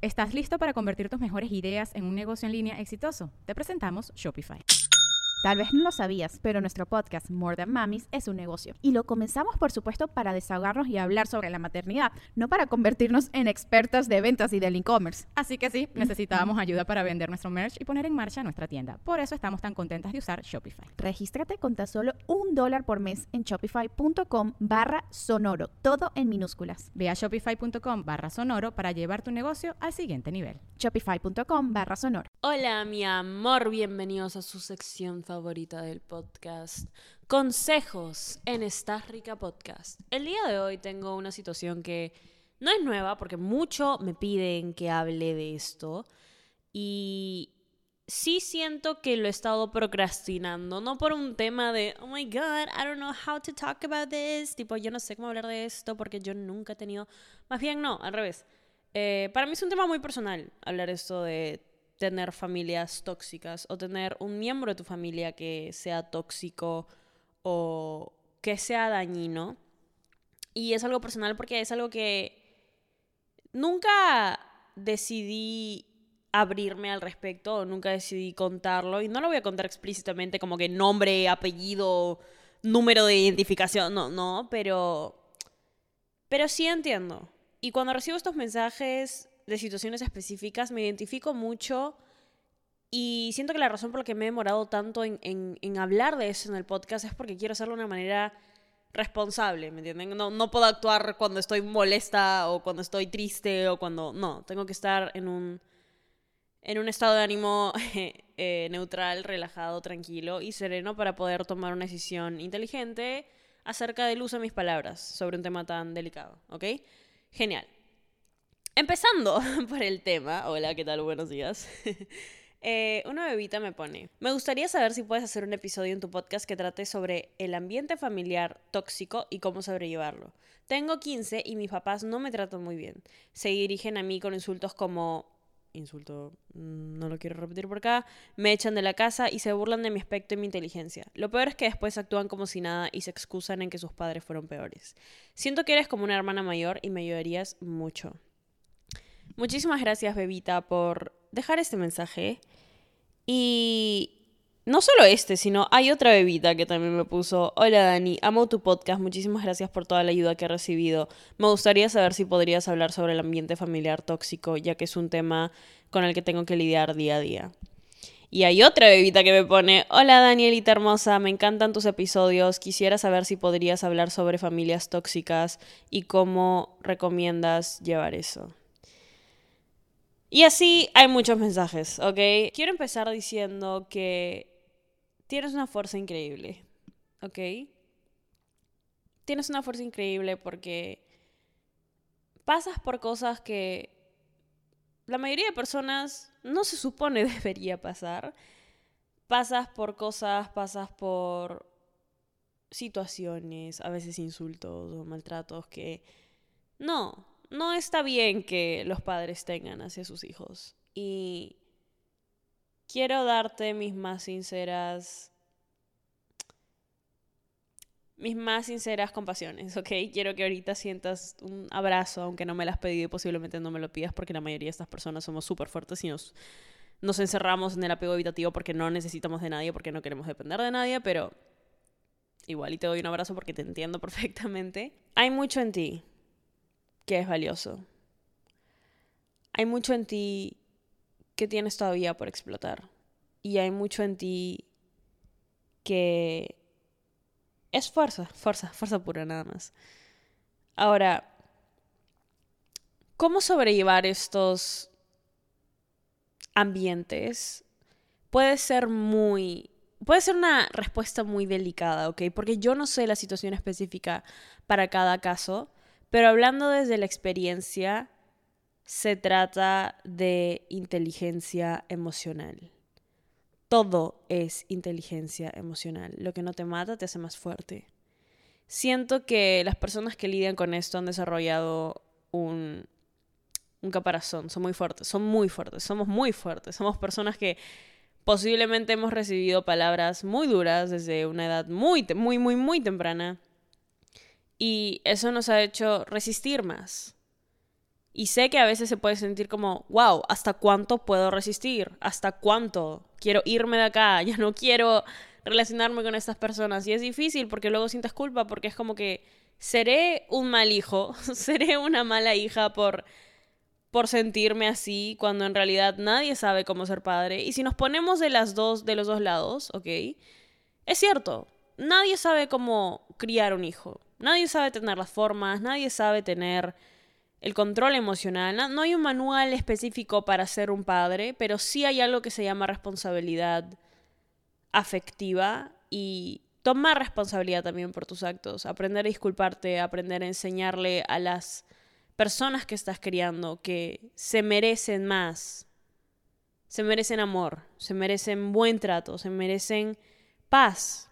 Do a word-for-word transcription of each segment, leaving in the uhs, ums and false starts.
¿Estás listo para convertir tus mejores ideas en un negocio en línea exitoso? Te presentamos Shopify. Tal vez no lo sabías, pero nuestro podcast More Than Mamis es un negocio. Y lo comenzamos, por supuesto, para desahogarnos y hablar sobre la maternidad, no para convertirnos en expertas de ventas y del e-commerce. Así que sí, necesitábamos ayuda para vender nuestro merch y poner en marcha nuestra tienda. Por eso estamos tan contentas de usar Shopify. Regístrate con tan solo un dólar por mes en shopify.com barra sonoro, todo en minúsculas. Ve a shopify.com barra sonoro para llevar tu negocio al siguiente nivel. Shopify.com barra sonoro. Hola, mi amor, bienvenidos a su sección favorita del podcast, Consejos en Estás Rica Podcast. El día de hoy tengo una situación que no es nueva porque mucho me piden que hable de esto y sí siento que lo he estado procrastinando, no por un tema de oh my god, I don't know how to talk about this, tipo yo no sé cómo hablar de esto porque yo nunca he tenido, más bien no, al revés. Eh, para mí es un tema muy personal hablar esto de tener familias tóxicas o tener un miembro de tu familia que sea tóxico o que sea dañino. Y es algo personal porque es algo que nunca decidí abrirme al respecto o nunca decidí contarlo. Y no lo voy a contar explícitamente como que nombre, apellido, número de identificación. No, no, pero, pero sí entiendo. Y cuando recibo estos mensajes de situaciones específicas, me identifico mucho y siento que la razón por la que me he demorado tanto en, en, en hablar de eso en el podcast es porque quiero hacerlo de una manera responsable, ¿me entienden? No, no puedo actuar cuando estoy molesta o cuando estoy triste o cuando... No, tengo que estar en un, en un estado de ánimo eh, neutral, relajado, tranquilo y sereno para poder tomar una decisión inteligente acerca del uso de mis palabras sobre un tema tan delicado, ¿ok? Genial. Empezando por el tema, hola, ¿qué tal? Buenos días. eh, una bebita me pone, me gustaría saber si puedes hacer un episodio en tu podcast que trate sobre el ambiente familiar tóxico y cómo sobrellevarlo. Tengo quince y mis papás no me tratan muy bien. Se dirigen a mí con insultos como, insulto, no lo quiero repetir por acá, me echan de la casa y se burlan de mi aspecto y mi inteligencia. Lo peor es que después actúan como si nada y se excusan en que sus padres fueron peores. Siento que eres como una hermana mayor y me ayudarías mucho. Muchísimas gracias, bebita, por dejar este mensaje. Y no solo este, sino hay otra bebita que también me puso: hola Dani, amo tu podcast, muchísimas gracias por toda la ayuda que he recibido. Me gustaría saber si podrías hablar sobre el ambiente familiar tóxico, ya que es un tema con el que tengo que lidiar día a día. Y hay otra bebita que me pone: hola Danielita hermosa, me encantan tus episodios, quisiera saber si podrías hablar sobre familias tóxicas y cómo recomiendas llevar eso. Y así hay muchos mensajes, ¿ok? Quiero empezar diciendo que tienes una fuerza increíble, ¿ok? Tienes una fuerza increíble porque pasas por cosas que la mayoría de personas no se supone debería pasar. Pasas por cosas, pasas por situaciones, a veces insultos o maltratos que no... No está bien que los padres tengan hacia sus hijos. Y quiero darte mis más sinceras... Mis más sinceras compasiones, ¿ok? Quiero que ahorita sientas un abrazo, aunque no me lo has pedido y posiblemente no me lo pidas porque la mayoría de estas personas somos súper fuertes y nos, nos encerramos en el apego evitativo porque no necesitamos de nadie, porque no queremos depender de nadie, pero igual y te doy un abrazo porque te entiendo perfectamente. Hay mucho en ti que es valioso. Hay mucho en ti que tienes todavía por explotar. Y hay mucho en ti que es fuerza, fuerza, fuerza pura nada más. Ahora, ¿cómo sobrellevar estos ambientes? Puede ser muy... Puede ser una respuesta muy delicada, ¿ok? Porque yo no sé la situación específica para cada caso. Pero hablando desde la experiencia, se trata de inteligencia emocional. Todo es inteligencia emocional. Lo que no te mata te hace más fuerte. Siento que las personas que lidian con esto han desarrollado un, un caparazón. Son muy fuertes, son muy fuertes, somos muy fuertes. Somos personas que posiblemente hemos recibido palabras muy duras desde una edad muy, muy, muy, muy temprana. Y eso nos ha hecho resistir más. Y sé que a veces se puede sentir como, wow, ¿hasta cuánto puedo resistir? ¿Hasta cuánto? Quiero irme de acá, ya no quiero relacionarme con estas personas. Y es difícil porque luego sientes culpa, porque es como que seré un mal hijo, seré una mala hija por, por sentirme así, cuando en realidad nadie sabe cómo ser padre. Y si nos ponemos de, las dos, de los dos lados, ¿ok? Es cierto, nadie sabe cómo criar un hijo. Nadie sabe tener las formas, nadie sabe tener el control emocional. No, no hay un manual específico para ser un padre, pero sí hay algo que se llama responsabilidad afectiva y tomar responsabilidad también por tus actos. Aprender a disculparte, aprender a enseñarle a las personas que estás criando que se merecen más. Se merecen amor, se merecen buen trato, se merecen paz.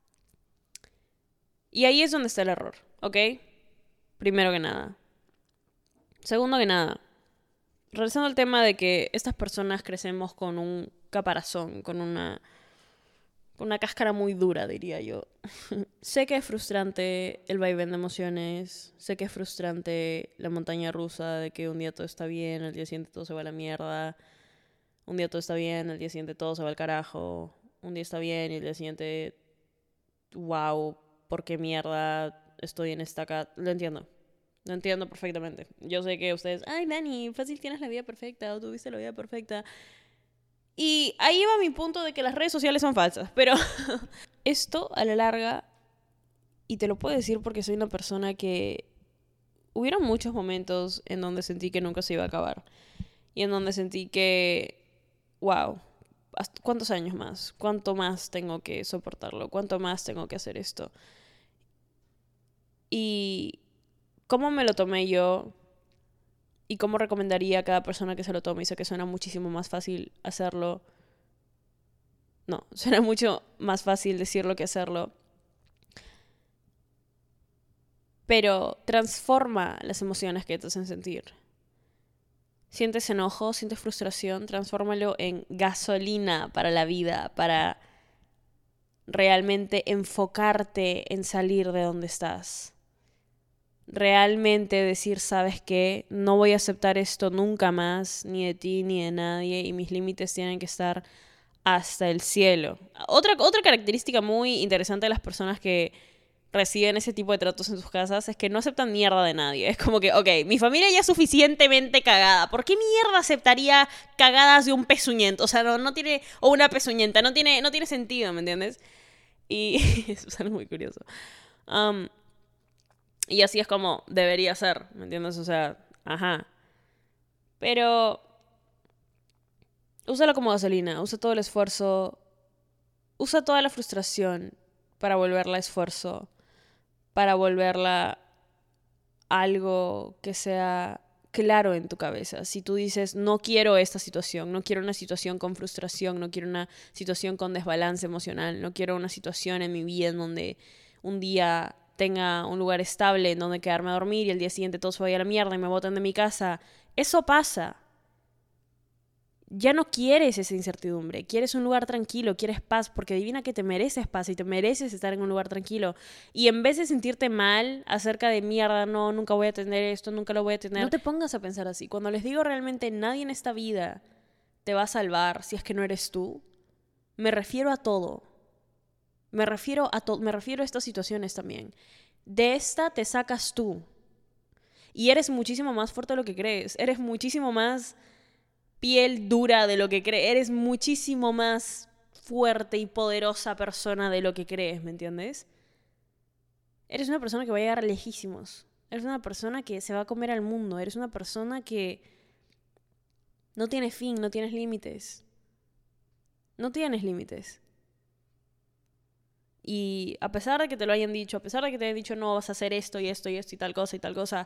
Y ahí es donde está el error, ¿ok? Primero que nada. Segundo que nada, regresando al tema de que estas personas crecemos con un caparazón, con una, con una cáscara muy dura, diría yo. Sé que es frustrante el vaivén de emociones, sé que es frustrante la montaña rusa de que un día todo está bien, el día siguiente todo se va a la mierda, un día todo está bien, el día siguiente todo se va al carajo, un día está bien y el día siguiente, wow, ¿por qué mierda estoy en esta casa? Lo entiendo. Lo entiendo perfectamente. Yo sé que ustedes, ay, Dani, fácil tienes la vida perfecta o tuviste la vida perfecta. Y ahí va mi punto de que las redes sociales son falsas. Pero esto a la larga, y te lo puedo decir porque soy una persona que hubieron muchos momentos en donde sentí que nunca se iba a acabar. Y en donde sentí que, wow, ¿cuántos años más? ¿Cuánto más tengo que soportarlo? ¿Cuánto más tengo que hacer esto? Y cómo me lo tomé yo y cómo recomendaría a cada persona que se lo tome. Y sé que suena muchísimo más fácil hacerlo. No, suena mucho más fácil decirlo que hacerlo. Pero transforma las emociones que te hacen sentir. Sientes enojo, sientes frustración, transfórmalo en gasolina para la vida, para realmente enfocarte en salir de donde estás. Realmente decir, ¿sabes qué? No voy a aceptar esto nunca más, ni de ti ni de nadie, y mis límites tienen que estar hasta el cielo. Otra, otra característica muy interesante de las personas que reciben ese tipo de tratos en sus casas es que no aceptan mierda de nadie. Es como que, ok, mi familia ya es suficientemente cagada. ¿Por qué mierda aceptaría cagadas de un pezuñento? O sea, no, no tiene... O una pezuñenta. No tiene, no tiene sentido, ¿me entiendes? Y eso es algo muy curioso. Um, y así es como debería ser, ¿me entiendes? O sea, ajá. Pero úsalo como gasolina. Usa todo el esfuerzo. Usa toda la frustración para volverla esfuerzo. Para volverla algo que sea claro en tu cabeza. Si tú dices, no quiero esta situación, no quiero una situación con frustración, no quiero una situación con desbalance emocional, no quiero una situación en mi vida en donde un día tenga un lugar estable en donde quedarme a dormir y el día siguiente todo se vaya a la mierda y me boten de mi casa. Eso pasa. Ya no quieres esa incertidumbre, quieres un lugar tranquilo, quieres paz, porque adivina que te mereces paz y te mereces estar en un lugar tranquilo. Y en vez de sentirte mal acerca de mierda, no, nunca voy a tener esto, nunca lo voy a tener, no te pongas a pensar así. Cuando les digo realmente nadie en esta vida te va a salvar si es que no eres tú, me refiero a todo. Me refiero a todo, me refiero a estas situaciones también. De esta te sacas tú. Y eres muchísimo más fuerte de lo que crees, eres muchísimo más piel dura de lo que crees. Eres muchísimo más fuerte y poderosa persona de lo que crees, ¿me entiendes? Eres una persona que va a llegar lejísimos. Eres una persona que se va a comer al mundo. Eres una persona que no tiene fin, no tienes límites. No tienes límites. Y a pesar de que te lo hayan dicho, a pesar de que te hayan dicho no, vas a hacer esto y esto y esto y tal cosa y tal cosa,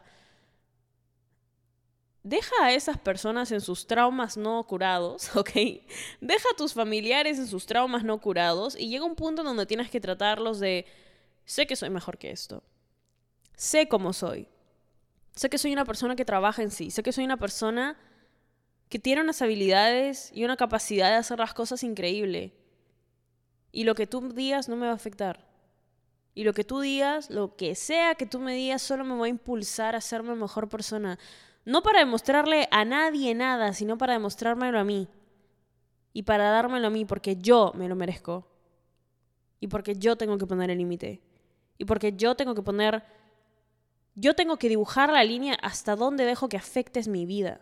deja a esas personas en sus traumas no curados, ¿ok? Deja a tus familiares en sus traumas no curados y llega un punto en donde tienes que tratarlos de, sé que soy mejor que esto, sé cómo soy, sé que soy una persona que trabaja en sí, sé que soy una persona que tiene unas habilidades y una capacidad de hacer las cosas increíble. Y lo que tú digas no me va a afectar. Y lo que tú digas, lo que sea que tú me digas, solo me va a impulsar a ser una mejor persona. No para demostrarle a nadie nada, sino para demostrármelo a mí. Y para dármelo a mí porque yo me lo merezco. Y porque yo tengo que poner el límite. Y porque yo tengo que poner... Yo tengo que dibujar la línea hasta dónde dejo que afectes mi vida.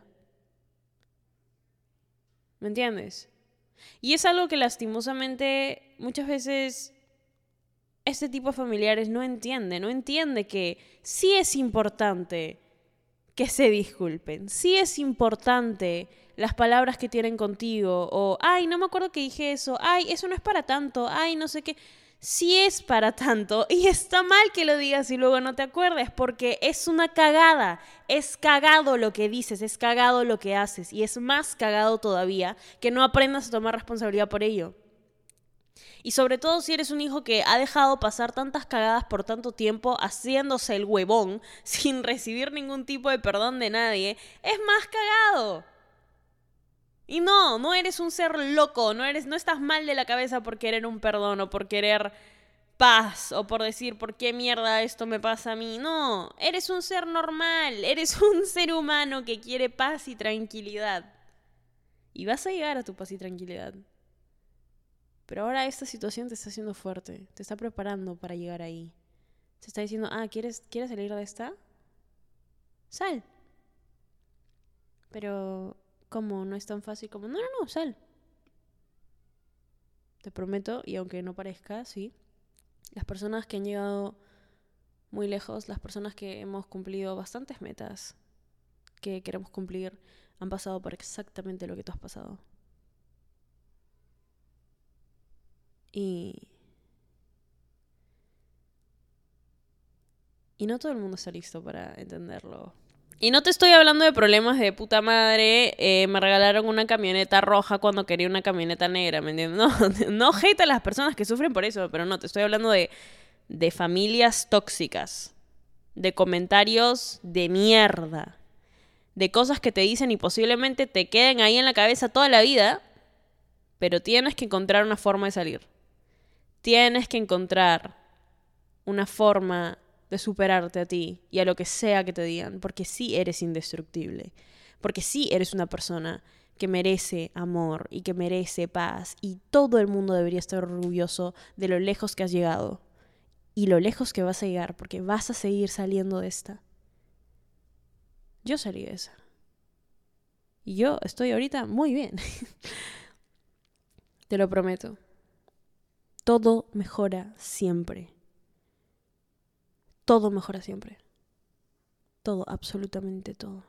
¿Me entiendes? Y es algo que lastimosamente muchas veces este tipo de familiares no entiende. No entiende que sí es importante que se disculpen. Sí es importante las palabras que tienen contigo. O, ay, no me acuerdo que dije eso. Ay, eso no es para tanto. Ay, no sé qué. Sí es para tanto. Y está mal que lo digas y luego no te acuerdes. Porque es una cagada. Es cagado lo que dices. Es cagado lo que haces. Y es más cagado todavía que no aprendas a tomar responsabilidad por ello. Y sobre todo si eres un hijo que ha dejado pasar tantas cagadas por tanto tiempo haciéndose el huevón sin recibir ningún tipo de perdón de nadie, es más cagado. Y no, no eres un ser loco, no eres, no estás mal de la cabeza por querer un perdón o por querer paz o por decir por qué mierda esto me pasa a mí. No, eres un ser normal, eres un ser humano que quiere paz y tranquilidad. Y vas a llegar a tu paz y tranquilidad. Pero ahora esta situación te está haciendo fuerte, te está preparando para llegar ahí. Te está diciendo, ah, ¿quieres, ¿quieres salir de esta? Sal. Pero, ¿cómo? No es tan fácil como, no, no, no, sal. Te prometo, y aunque no parezca, sí, las personas que han llegado muy lejos, las personas que hemos cumplido bastantes metas que queremos cumplir, han pasado por exactamente lo que tú has pasado. Y... Y no todo el mundo está listo para entenderlo. Y no te estoy hablando de problemas de puta madre, eh, me regalaron una camioneta roja cuando quería una camioneta negra, ¿me entiendes? No, no hate a las personas que sufren por eso, pero no, te estoy hablando de, de familias tóxicas, de comentarios de mierda, de cosas que te dicen y posiblemente te queden ahí en la cabeza toda la vida, pero tienes que encontrar una forma de salir. Tienes que encontrar una forma de superarte a ti y a lo que sea que te digan, porque sí eres indestructible, porque sí eres una persona que merece amor y que merece paz y todo el mundo debería estar orgulloso de lo lejos que has llegado y lo lejos que vas a llegar, porque vas a seguir saliendo de esta. Yo salí de esa y yo estoy ahorita muy bien. Te lo prometo. Todo mejora siempre. Todo mejora siempre. Todo, absolutamente todo.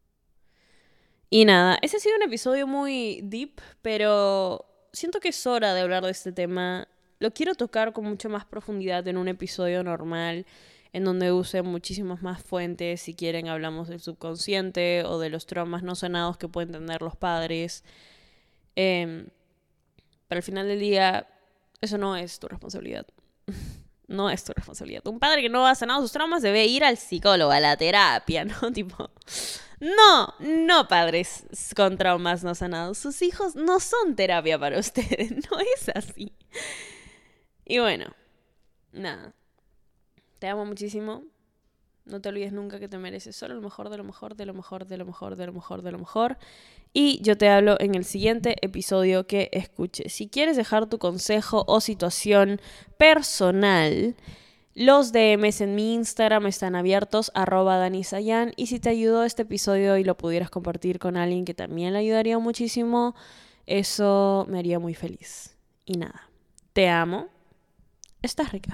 Y nada, ese ha sido un episodio muy deep, pero siento que es hora de hablar de este tema. Lo quiero tocar con mucha más profundidad en un episodio normal, en donde use muchísimas más fuentes. Si quieren, hablamos del subconsciente o de los traumas no sanados que pueden tener los padres. Eh, pero al final del día, eso no es tu responsabilidad. No es tu responsabilidad. Un padre que no ha sanado sus traumas debe ir al psicólogo, a la terapia, ¿no? Tipo, no, no padres con traumas no sanados. Sus hijos no son terapia para ustedes. No es así. Y bueno, nada. Te amo muchísimo. No te olvides nunca que te mereces solo lo mejor de lo mejor, de lo mejor, de lo mejor, de lo mejor, de lo mejor. Y yo te hablo en el siguiente episodio que escuches. Si quieres dejar tu consejo o situación personal, los D Ms en mi Instagram están abiertos, arroba danisayan. Y si te ayudó este episodio y lo pudieras compartir con alguien que también le ayudaría muchísimo, eso me haría muy feliz. Y nada, te amo. Estás rica.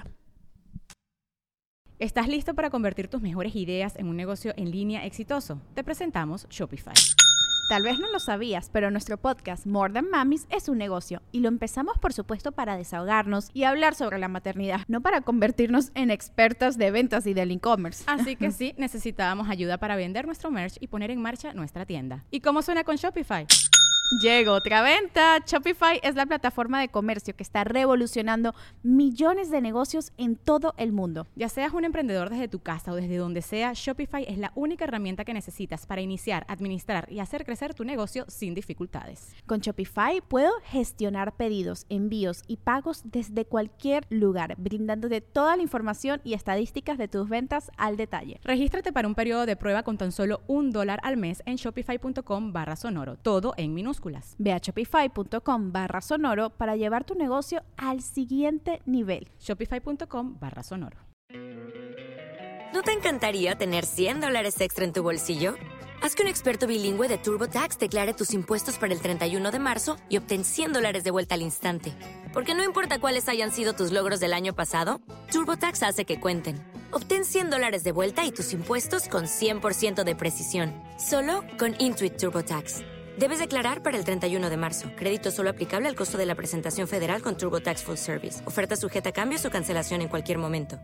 ¿Estás listo para convertir tus mejores ideas en un negocio en línea exitoso? Te presentamos Shopify. Tal vez no lo sabías, pero nuestro podcast More Than Mamis es un negocio y lo empezamos por supuesto para desahogarnos y hablar sobre la maternidad, no para convertirnos en expertas de ventas y del e-commerce. Así que sí, necesitábamos ayuda para vender nuestro merch y poner en marcha nuestra tienda. ¿Y cómo suena con Shopify? Llegó otra venta. Shopify es la plataforma de comercio que está revolucionando millones de negocios en todo el mundo. Ya seas un emprendedor desde tu casa o desde donde sea, Shopify es la única herramienta que necesitas para iniciar, administrar y hacer crecer tu negocio sin dificultades. Con Shopify puedo gestionar pedidos, envíos y pagos desde cualquier lugar, brindándote toda la información y estadísticas de tus ventas al detalle. Regístrate para un periodo de prueba con tan solo un dólar al mes en shopify.com barra sonoro, todo en minúsculas. Ve a shopify.com barra sonoro para llevar tu negocio al siguiente nivel. Shopify.com barra sonoro. ¿No te encantaría tener cien dólares extra en tu bolsillo? Haz que un experto bilingüe de TurboTax declare tus impuestos para el treinta y uno de marzo y obtén cien dólares de vuelta al instante. Porque no importa cuáles hayan sido tus logros del año pasado, TurboTax hace que cuenten. Obtén cien dólares de vuelta y tus impuestos con cien por ciento de precisión. Solo con Intuit TurboTax. Debes declarar para el treinta y uno de marzo. Crédito solo aplicable al costo de la presentación federal con TurboTax Full Service. Oferta sujeta a cambios o cancelación en cualquier momento.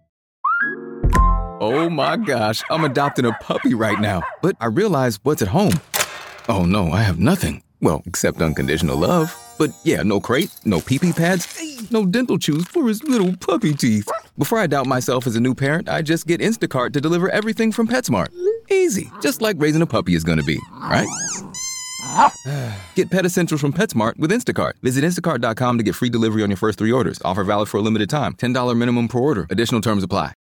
Oh my gosh, I'm adopting a puppy right now. But I realize what's at home. Oh no, I have nothing. Well, except unconditional love. But yeah, no crate, no pee-pee pads, no dental chews for his little puppy teeth. Before I doubt myself as a new parent, I just get Instacart to deliver everything from PetSmart. Easy, just like raising a puppy is gonna be, right? Get Pet Essentials from PetSmart with Instacart. Visit instacart dot com to get free delivery on your first three orders. Offer valid for a limited time. ten dollars minimum per order. Additional terms apply.